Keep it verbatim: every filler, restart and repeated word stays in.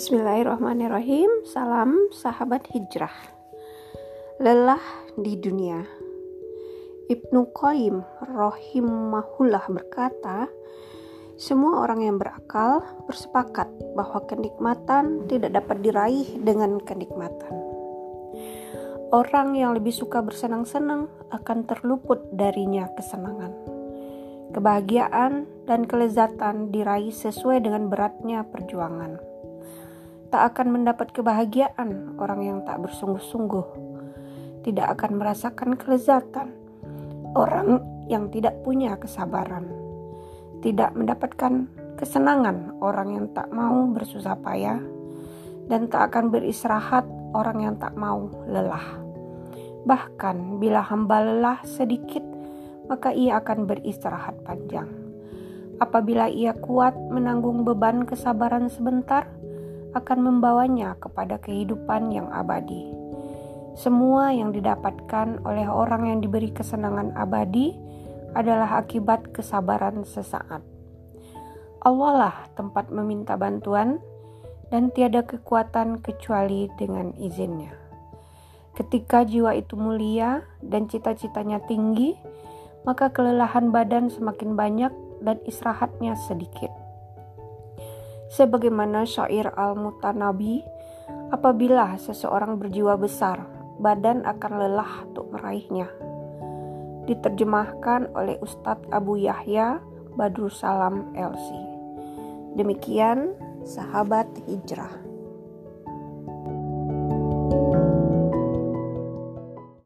Bismillahirrahmanirrahim. Salam sahabat hijrah. Lelah di dunia. Ibnu Qayyim rahimahullah berkata, semua orang yang berakal bersepakat bahwa kenikmatan tidak dapat diraih dengan kenikmatan. Orang yang lebih suka bersenang-senang akan terluput darinya kesenangan. Kebahagiaan dan kelezatan diraih sesuai dengan beratnya perjuangan. Tak akan mendapat kebahagiaan orang yang tak bersungguh-sungguh. Tidak akan merasakan kelezatan orang yang tidak punya kesabaran. Tidak mendapatkan kesenangan orang yang tak mau bersusah payah. Dan tak akan beristirahat orang yang tak mau lelah. Bahkan bila hamba lelah sedikit, maka ia akan beristirahat panjang. Apabila ia kuat menanggung beban kesabaran sebentar, akan membawanya kepada kehidupan yang abadi. Semua yang didapatkan oleh orang yang diberi kesenangan abadi adalah akibat kesabaran sesaat. Allah lah tempat meminta bantuan dan tiada kekuatan kecuali dengan izinnya. Ketika jiwa itu mulia dan cita-citanya tinggi, maka kelelahan badan semakin banyak dan istirahatnya sedikit. Sebagaimana syair Al-Mutanabi, apabila seseorang berjiwa besar, badan akan lelah untuk meraihnya. Diterjemahkan oleh Ustadz Abu Yahya Badrussalam L C. Demikian sahabat hijrah.